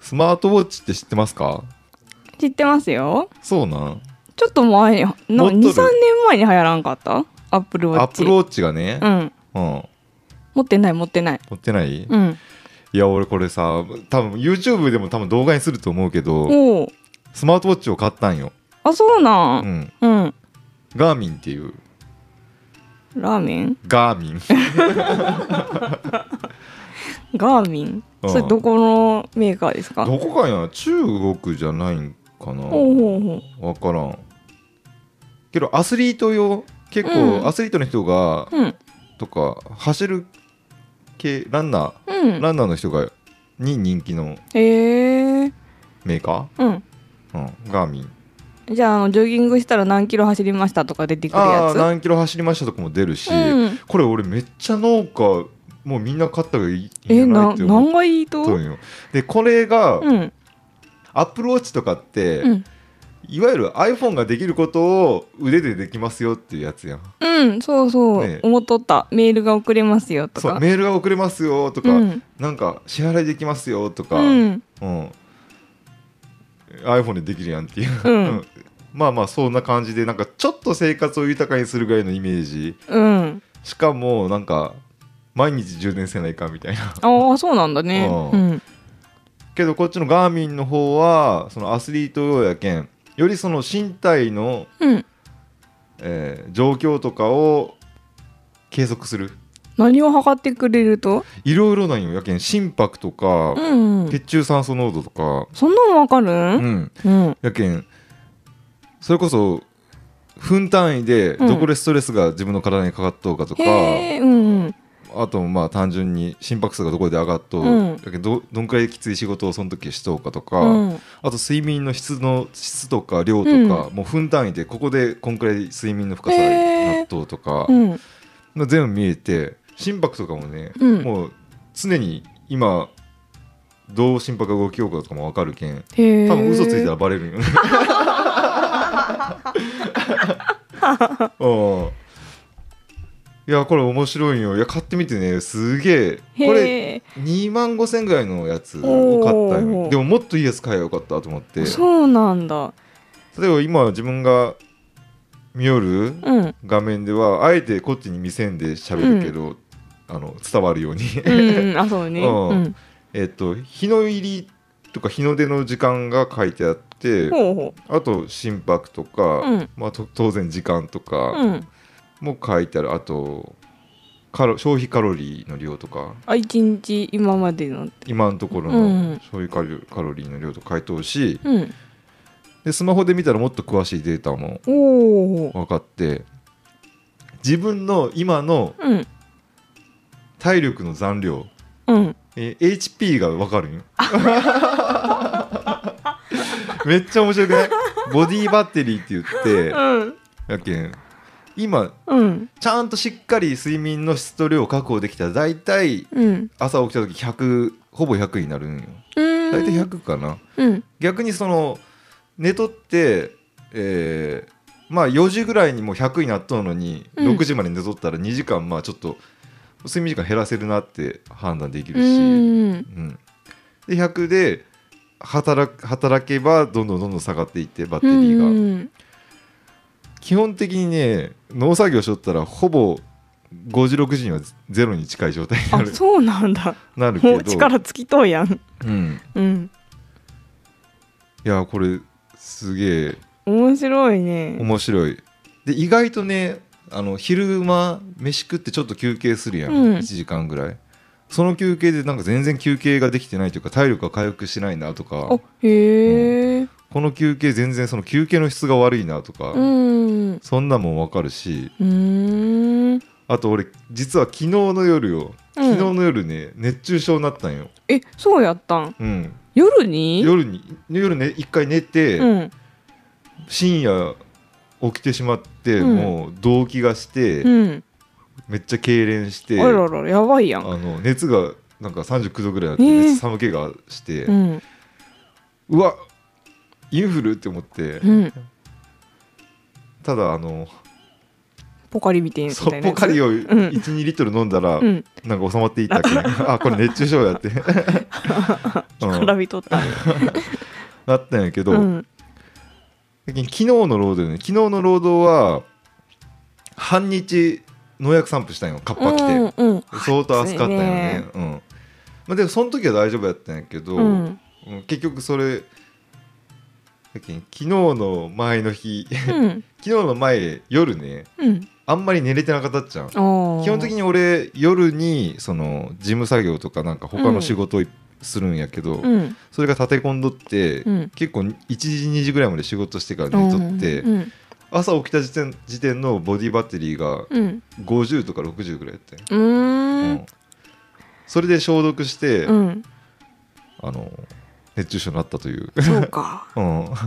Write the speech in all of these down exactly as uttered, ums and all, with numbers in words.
スマートウォッチって知ってますか？ 知ってますよ。 そうなん。 ちょっと前になに、さんねんまえに流行らんかった？アップルウォッチ。 アップルウォッチがね、 うん、 うん、 持ってない持ってない持ってない、 うん、 いや俺これさ多分 YouTube でも多分動画にすると思うけど、 おスマートウォッチを買ったんよ。 あ、そうなん。うん、うん、 ガーミンっていう。 ラーメンガーミンガーミン、うん、それどこのメーカーですか？ どこかや、中国じゃないんかな。 ほうほうほう分からんけどアスリート用、結構アスリートの人が、うん、とか走る系ランナー、うん、ランナーの人がに人気のメーカー、うんうん、ガーミン。 じゃあ、あのジョギングしたら何キロ走りましたとか出てくるやつ。 あ、何キロ走りましたとかも出るし、うん、これ俺めっちゃ農家もうみんな買った方がいいんじゃないって思う。 何がいいと？ でこれが、うん、アップルウォッチとかって、うん、いわゆる iPhone ができることを腕でできますよっていうやつやん。 うん、そうそう、ね、思っとった。メールが送れますよとか。 そう、メールが送れますよとか、うん、なんか支払いできますよとか、うんうん、iPhone でできるやんっていう、うん、まあまあそんな感じで、なんかちょっと生活を豊かにするぐらいのイメージ、うん、しかもなんか毎日充電せないかみたいな。 ああ、そうなんだね、うん、 けどこっちのガーミンの方はそのアスリート用やけん、よりその身体の、うんえー、状況とかを計測する。 何を測ってくれると？ いろいろなんよ。やけん心拍とか、うんうん、血中酸素濃度とか。 そんなの分かる？ うんうん、やけんそれこそ分単位でどこでストレスが自分の体にかかっとうかとか、うんうん、あとまあ単純に心拍数がどこで上がっとう、うん、だけど ど, どんくらいきつい仕事をその時しとうかとか、うん、あと睡眠の質の質とか量とか、うん、もう分単位でここでこんくらい睡眠の深さになっとうとか、うん、全部見えて、心拍とかもね、うん、もう常に今どう心拍が動きようかとかも分かるけん、多分嘘ついたらバレるんよねおいやこれ面白いよ。いや買ってみてね、すげえ。これにまんごせんぐらいのやつを買ったよ。でももっといいやつ買えばよかったと思って。 そうなんだ。 例えば今自分が見よる画面では、うん、あえてこっちに見せんで喋るけど、うん、あの伝わるようにうん、あ、そうね、うん、えっと日の入りとか日の出の時間が書いてあって、ほうほう、あと心拍とか、うんまあ、と当然時間とか、うんも書いてある。あとカロ消費カロリーの量とか、 あいちにち今までの今のところの消費カロカロリーの量とか書いておるし、うん、でスマホで見たらもっと詳しいデータも分かって、自分の今の体力の残量、うん、え エイチピー が分かるんよめっちゃ面白くない？ボディバッテリーって言って、うん、やけん今、うん、ちゃんとしっかり睡眠の質と量を確保できたらだいたい朝起きた時ひゃく、ほぼひゃくになるんよ。だいたいひゃくかな、うん、逆にその寝とって、えー、まあよじぐらいにもうひゃくになっとるのに、うん、ろくじまで寝とったらにじかんまあちょっと睡眠時間減らせるなって判断できるし、うんうん、でひゃくで 働, 働けばどんどんどんどん下がっていってバッテリーが、うんうん、基本的にね農作業しとったらほぼごじろくじにはゼロに近い状態になる。 あ、そうなんだ。 なるけどもう力尽きとうやん、 うんうん、いやこれすげえ面白いね。 面白い。で意外とね、あの昼間飯食ってちょっと休憩するやん、うん、いちじかんぐらい。その休憩でなんか全然休憩ができてないというか体力が回復しないなとか、あへ、うん、この休憩全然その休憩の質が悪いなとか、うん、そんなもん分かるし、うーん、あと俺実は昨日の夜よ、昨日の夜ね、うん、熱中症になったんよ。 え、そうやったん、うん、夜に夜に夜ね一回寝て、うん、深夜起きてしまって、うん、もう動悸がして、うん、めっちゃ痙攣して、 あららやばいやん。 あの熱がなんかさんじゅうきゅうどぐらいあって、熱寒気がして、うん、うわインフルって思って、うん、ただあのポカリみたいなやつ、 ポカリを いち,に リットル飲んだら、うん、なんか収まっていったっけあ、これ熱中症やって干からびとったねなったんやけど、 うん、 昨日の労働ね昨日の労働は半日農薬散布したんよ、カッパ来て、うんうん、相当暑かったんよね、うん、まあ、でもその時は大丈夫やったんやけど、うん、結局それ昨日の前の日、うん、昨日の前夜ね、うん、あんまり寝れてなかったっちゃん。基本的に俺夜にその事務作業とかなんか他の仕事をするんやけど、うん、それが立て込んどって、うん、結構いちじにじぐらいまで仕事してから寝とって、うんうん、朝起きた時点、時点のボディバッテリーがごじゅうとかろくじゅうぐらいやったよ、うんうん、それで消毒して、うん、あの熱中症になったという。 そうか、うん、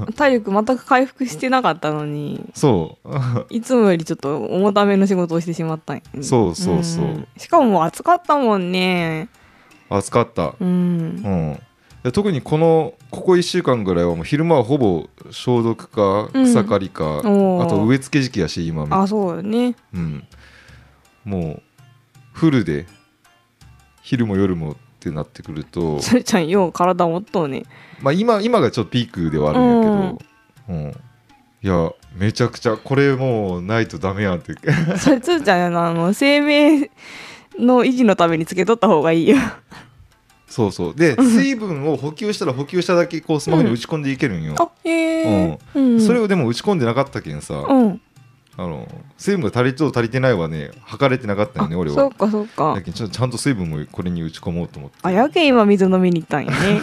体力全く回復してなかったのに、 そういつもよりちょっと重ための仕事をしてしまったんや、 ね、そうそうそう、うん、 しかも暑かったもんね。 暑かった、うんうん、特にこのここいっしゅうかんぐらいはもう昼間はほぼ消毒か草刈りか、うん、あと植え付け時期やし今。 あ、そうよね、 うん、もうフルで昼も夜もってなってくると、 それちゃんよう体もっとうね、 まあ、今, 今がちょっとピークではあるんやけど、うんうん、いやめちゃくちゃこれもうないとダメやんってそれつーちゃんあの生命の維持のためにつけとった方がいいよそうそうで水分を補給したら補給しただけこうスマホに打ち込んでいけるんよ、うん、あへー、うん、それをでも打ち込んでなかったけんさ、うん、あの水分が足りと足りてないはね測れてなかったよね俺は。 そうかそうか。 だけどちゃんと水分もこれに打ち込もうと思って。 あ、やけん今水飲みに行ったんやね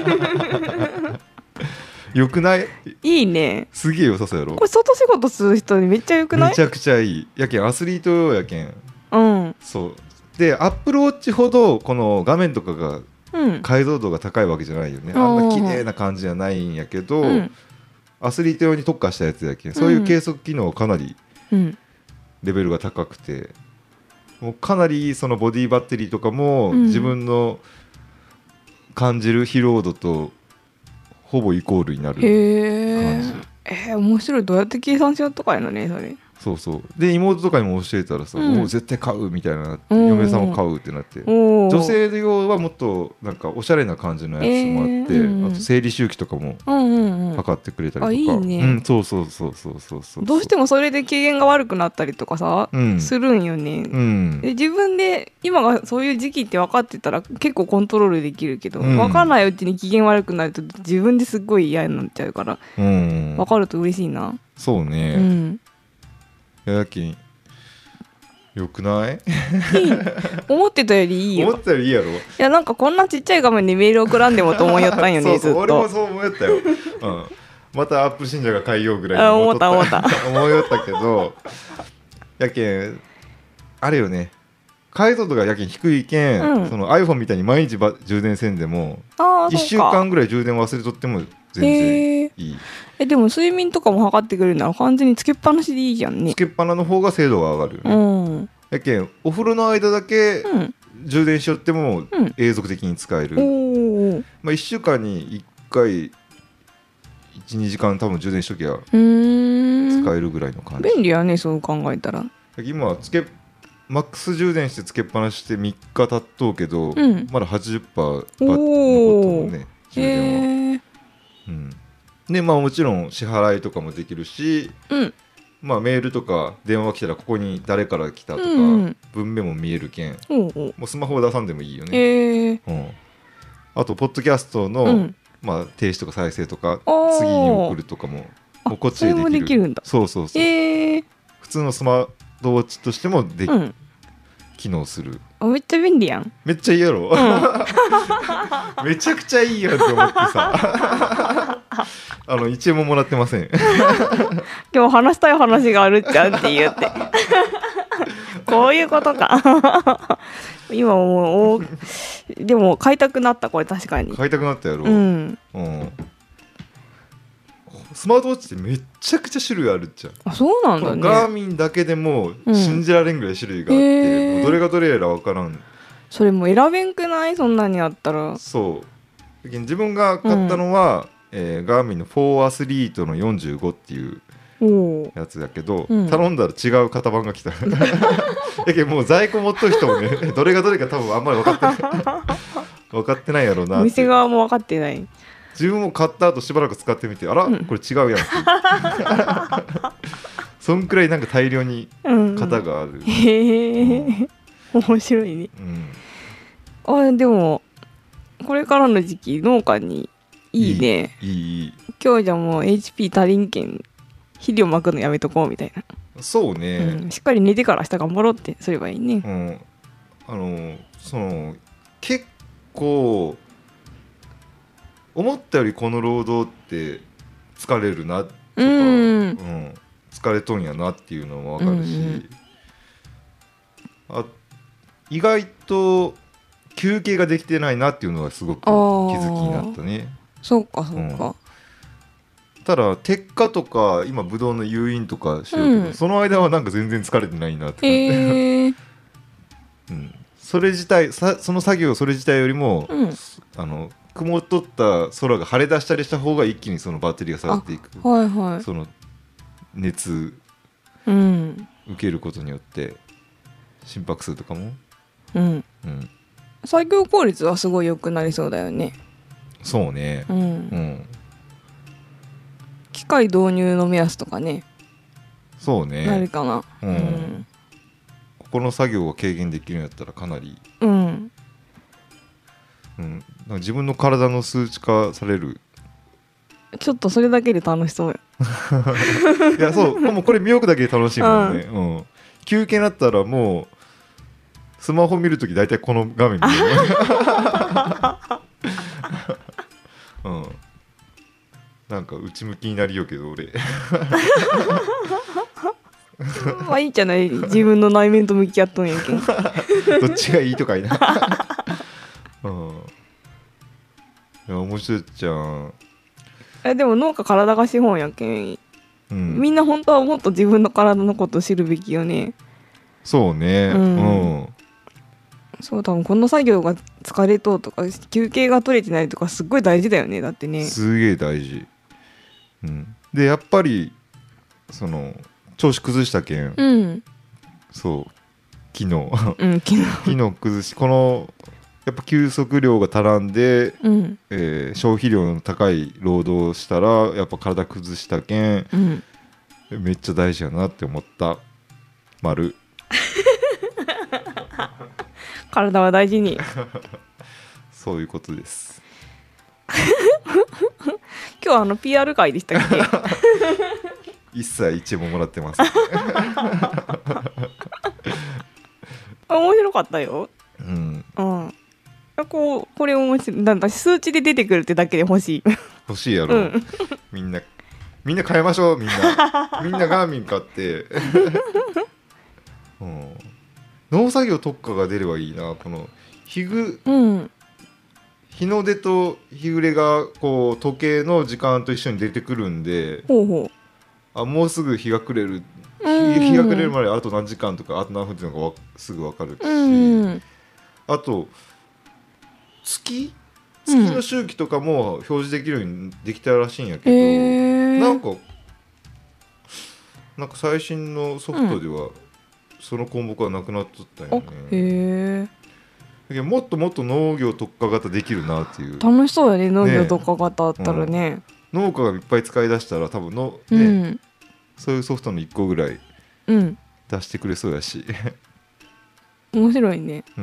よくない？ いいね。 すげえ良さそうやろ。 これ外仕事する人にめっちゃよくない？ めちゃくちゃいい。やけんアスリート用やけん。うん。そうでアップルウォッチほどこの画面とかが解像度が高いわけじゃないよね、うん、あんな綺麗な感じじゃないんやけど、うん、アスリート用に特化したやつやけんそういう計測機能はかなりレベルが高くて、もうかなりそのボディバッテリーとかも自分の感じる疲労度とほぼイコールになる感じ。 へー、えー、面白い。どうやって計算しようとかやのねそれ。 そうそうで妹とかにも教えたらさ、うん、もう絶対買うみたいな、うん、嫁さんも買うってなって、女性用はもっとなんかおしゃれな感じのやつもあって、えー、あと生理周期とかも測ってくれたりとか、うんうんうん、あいいね、うん、そうそうそうそうそうそう。 どうしてもそれで機嫌が悪くなったりとかさ、うん、するんよね、うん、で自分で今がそういう時期って分かってたら結構コントロールできるけど、うん、分かんないうちに機嫌悪くなると自分ですっごい嫌になっちゃうから、うん、分かると嬉しいな。 そうね、うん、やきんよくない？いい思ってたよりいいよ。 思ってたよりいいやろ。いやなんかこんなちっちゃい画面にメール送らんでもと思いよったんよねそうそうずっと。 俺もそう思ったよ、うん、またアップル信者が変えようぐらいに思った思った思いよったけどやけんあれよね、解像度がやけん低いけん、うん、その iPhone みたいに毎日ば充電せんでもいっしゅうかんぐらい充電忘れとっても全然いい。 えでも睡眠とかも測ってくれるなら完全につけっぱなしでいいじゃんね。 つけっぱなの方が精度が上がるよね、うん、やけんお風呂の間だけ充電しよっても永続的に使える、うん、まあ、いっしゅうかんにいっかいいちにじかん多分充電しときゃ使えるぐらいの感じ。 便利やねそう考えたら。 今つけマックス充電してつけっぱなししてみっか経っとうけど、うん、まだ はちじゅっパーセント 残ってるね充電は、うん、でまあもちろん支払いとかもできるし、うん、まあ、メールとか電話来たらここに誰から来たとか、うん、文面も見えるけん、うん、もうスマホを出さんでもいいよね、えーうん、あとポッドキャストの、うんまあ、停止とか再生とか次に送るとかももうこっちでできる。それもできるんだ。そうそうそう、えー、普通のスマートウォッチとしてもで、うん、機能する。 あめっちゃ便利やん。 めっちゃいいやろ、うん、めちゃくちゃいいやんって思ってさあのいちえんももらってません今日話したい話があるっちゃうって言ってこういうことか今もうでも買いたくなった。これ確かに買いたくなったやろ、うんうん、スマートウォッチってめっちゃくちゃ種類あるっちゃ。 あそうなんだね。 ガーミンだけでも信じられんぐらい種類があって、うんもうどれがどれやら分からん。 それも選べんくない？そんなにあったら。 そう自分が買ったのは、うんえー、ガーミンのフォーアスリートのよんじゅうごっていうやつだけど、うん、頼んだら違う型番が来ただけどもう在庫持っとる人もねどれがどれか多分あんまり分かってない分かってないやろうなって。 店側も分かってない。 自分も買った後しばらく使ってみて、あら、うん、これ違うやんそんくらいなんか大量に型がある、うん、 へえ、うん、面白いね、うん、あでもこれからの時期農家にいいね。 いいいい今日じゃもう エイチピー 足りんけん肥料まくのやめとこうみたいな。 そうね、 うん、しっかり寝てから明日頑張ろうってすればいいね、 うん、あのその結構思ったよりこの労働って疲れるなとか、うんうん、疲れとんやなっていうのも分かるし、うんうん、あ意外と休憩ができてないなっていうのはすごく気づきになったね。 そうかそうか、 うん、ただ鉄火とか今ブドウの誘引とかしようけど、うん、その間はなんか全然疲れてないなって、えーうん、それ自体さその作業それ自体よりも、うん、あの雲取った空が晴れ出したりした方が一気にそのバッテリーが下がっていく、 はいはい、 その熱、うん、受けることによって心拍数とかも、 うんうん、作業効率はすごい良くなりそうだよね。 そうね、うんうん、 機械導入の目安とかね。 そうね、 なるかな、うんうん、 ここの作業を軽減できるんやったらかなり、うんうん、なんか自分の体の数値化される。 ちょっとそれだけで楽しそうやいやそうもうこれ見よくだけで楽しいもんね、うんうん、休憩になったらもうスマホ見るとき大体この画面見る、うん、なんか内向きになりようけど俺まあいいじゃない、自分の内面と向き合っとんやけんどっちがいいとかいな、うん、いや面白いじゃん。 えでも農家体が資本やけん、うん、みんな本当はもっと自分の体のことを知るべきよね。 そうね、うん、うん、 そう多分この作業が疲れとうとか休憩が取れてないとかすっごい大事だよね。だってねすげえ大事、うん、でやっぱりその調子崩したけん、うん、そう昨日、うん、昨日昨日崩しこのやっぱ休息量が足らんで、うんえー、消費量の高い労働をしたらやっぱ体崩したけん、うん、めっちゃ大事やなって思った。丸体は大事にそういうことです今日はあの ピーアール 会でしたっけ一切いちえんももらってます面白かったよ。うん、うんこうこれ面白い。なんだ数値で出てくるってだけで欲しい欲しいやろ、うん、みんなみんな買いましょうみんなみんなガーミン買って、うん、農作業特化が出ればいいな。この日ぐ、うん、日の出と日暮れがこう時計の時間と一緒に出てくるんで、ほうほうあもうすぐ日が暮れる、日, 日が暮れるまであと何時間とかあと何分っていうのがすぐ分かるし、うん、あと月月の周期とかも表示できるようにできたらしいんやけど、うん、なんかなんか最新のソフトではその項目はなくなっとったんよね、うん、へえ。もっともっと農業特化型できるなっていう。 楽しそうやね農業特化型あったらね、 ね、うん、農家がいっぱい使い出したら多分の、ねうん、そういうソフトのいっこぐらい出してくれそうやし、 うん、面白いね、うん、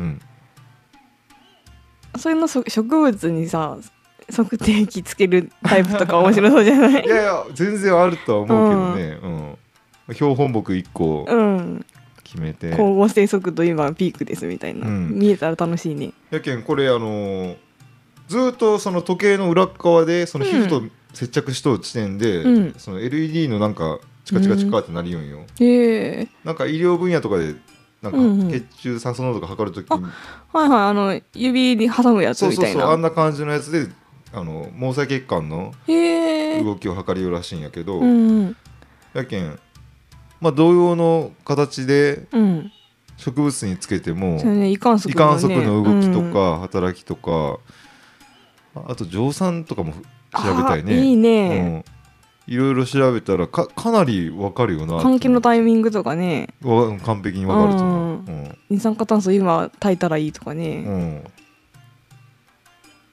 そういうの植物にさ測定器つけるタイプとか面白そうじゃない？ いやいや全然あるとは思うけどね、うんうん、標本木いっこ決めて、うん、 光合成速度今ピークですみたいな、うん、見えたら楽しいね。 やけんこれあのー、ずっとその時計の裏側でその皮膚と接着しとる地点で、うん、その エルイーディー のなんかチカチカチカってなりよんよ、うん、へなんか医療分野とかでなんか血中酸素濃度が測るときに、うんうん、 はいはいあの指に挟むやつみたいな、そうそうそうあんな感じのやつであの毛細血管の動きを測りようらしいんやけど、うん、やけん、まあ、同様の形で植物につけても、うんね、 胃管束の動きとか働きとか、うん、あと蒸散とかも調べたいね。 いいね、 うん、いろいろ調べたら か, かなり分かるよな。 換気のタイミングとかね完璧に分かると思う、うんうん、二酸化炭素今炊いたらいいとかね、うん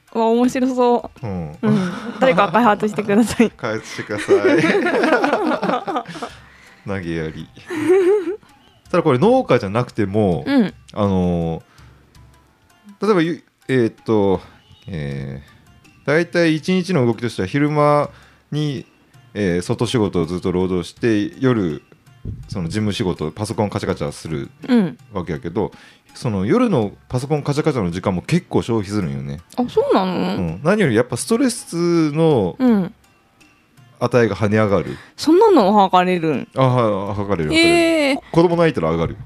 わ面白そう、うんうん、誰か開発してください開発してください投げやりただこれ農家じゃなくても、うん、あのー、例えばえー、っと、えー、だいたいいちにちの動きとしては昼間に、えー、外仕事をずっと労働して夜その事務仕事パソコンカチャカチャするわけやけど、うん、その夜のパソコンカチャカチャの時間も結構消費するんよね。 あ、そうなの、 うん、何よりやっぱストレスの値が跳ね上がる、うん、 そんなのも測れるん。 あは測れる、えー、子供泣いたら上がる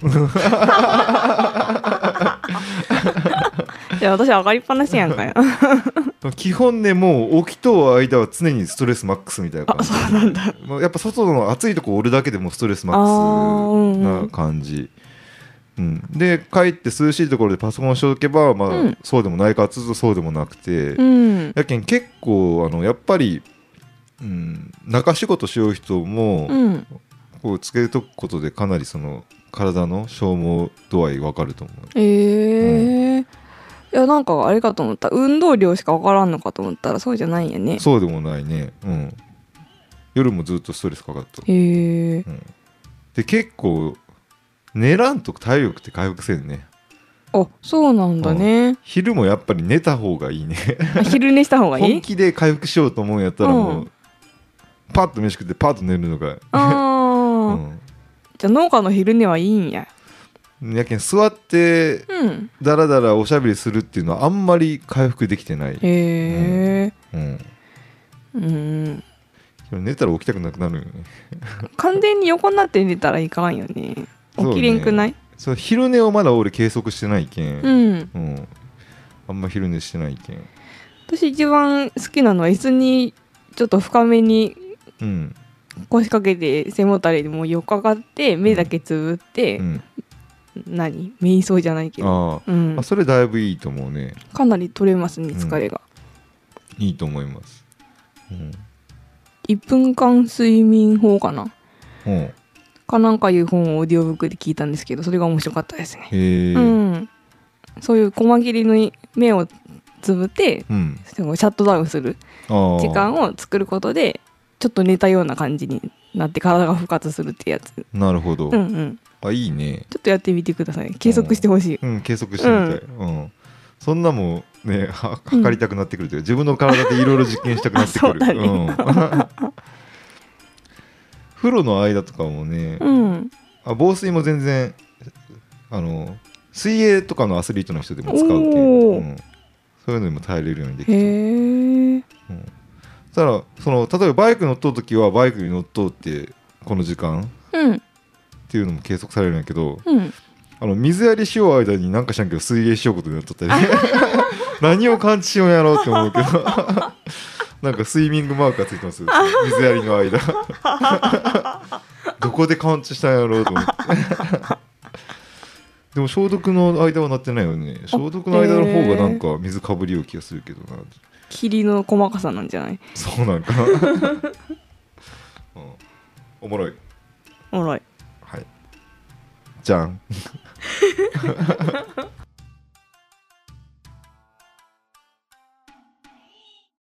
いや私上がりっぱなしやんかよ基本ねもう起きとう間は常にストレスマックスみたいな感じ。 あ、そうなんだ。 やっぱ外の暑いとこおるだけでもストレスマックスな感じ、うんうん、で帰って涼しいところでパソコンをしておけば、まあうん、そうでもないかつつそうでもなくて、うん、やけん結構あのやっぱり、うん、中仕事しよう人も、うん、こうつけとくことでかなりその体の消耗度合い分かると思う。 えーうん、いやなんかあれかと思った、運動量しか分からんのかと思ったらそうじゃないんやね。 そうでもないね、うん、夜もずっとストレスかかった。 へえ、 うん、で結構寝らんと体力って回復せんね。 あ、そうなんだね、 うん、昼もやっぱり寝た方がいいね昼寝した方がいい。 本気で回復しようと思うんやったらもう、うん、パッと飯食ってパッと寝るのがあ、うん、じゃあ農家の昼寝はいいんや。 やけん座ってだらだらおしゃべりするっていうのはあんまり回復できてない。へえ、うんうんうん、寝たら起きたくなくなるよね完全に横になって寝たらいかんよね。起きれんくない？ そうね、そう昼寝をまだ俺計測してないけん、うんうん、あんま昼寝してないけん。 私一番好きなのは椅子にちょっと深めに腰掛けて背もたれでもうよっかかって目だけつぶって、うんうん、何瞑想じゃないけど、 あ、うん、あそれだいぶいいと思うね。 かなり取れますね疲れが、 うん、いいと思います、うん、 いっぷんかん睡眠法かな、うん、かなんかいう本をオーディオブックで聞いたんですけどそれが面白かったですね。へ、うん、そういう細切りの目をつぶって、うん、シャットダウンする時間を作ることでちょっと寝たような感じになって体が復活するってやつ。 なるほど、 うんうん、 あいいね。 ちょっとやってみてください。計測してほしい、 うん、計測してみたい、うんうん、そんなもんねは測りたくなってくるという、うん、自分の体でいろいろ実験したくなってくるそうだね、うん、風呂の間とかもね、うん、あ防水も全然あの水泳とかのアスリートの人でも使うっていう、うん、そういうのにも耐えれるようにできてる。へー、うん、ただその例えばバイク乗っとるときはバイクに乗っとってこの時間、うん、っていうのも計測されるんやけど、うん、あの水やりしよう間になんかしらんけど水泳しようことになっとったり何を感知しようやろうって思うけどなんかスイミングマークがついてますよ水やりの間どこで感知したんやろうと思ってでも消毒の間はなってないよね。消毒の間の方がなんか水かぶりよう気がするけどな。 霧の細かさなんじゃない？ そうなんかな、うん、おもろいおもろい、 はい、じゃん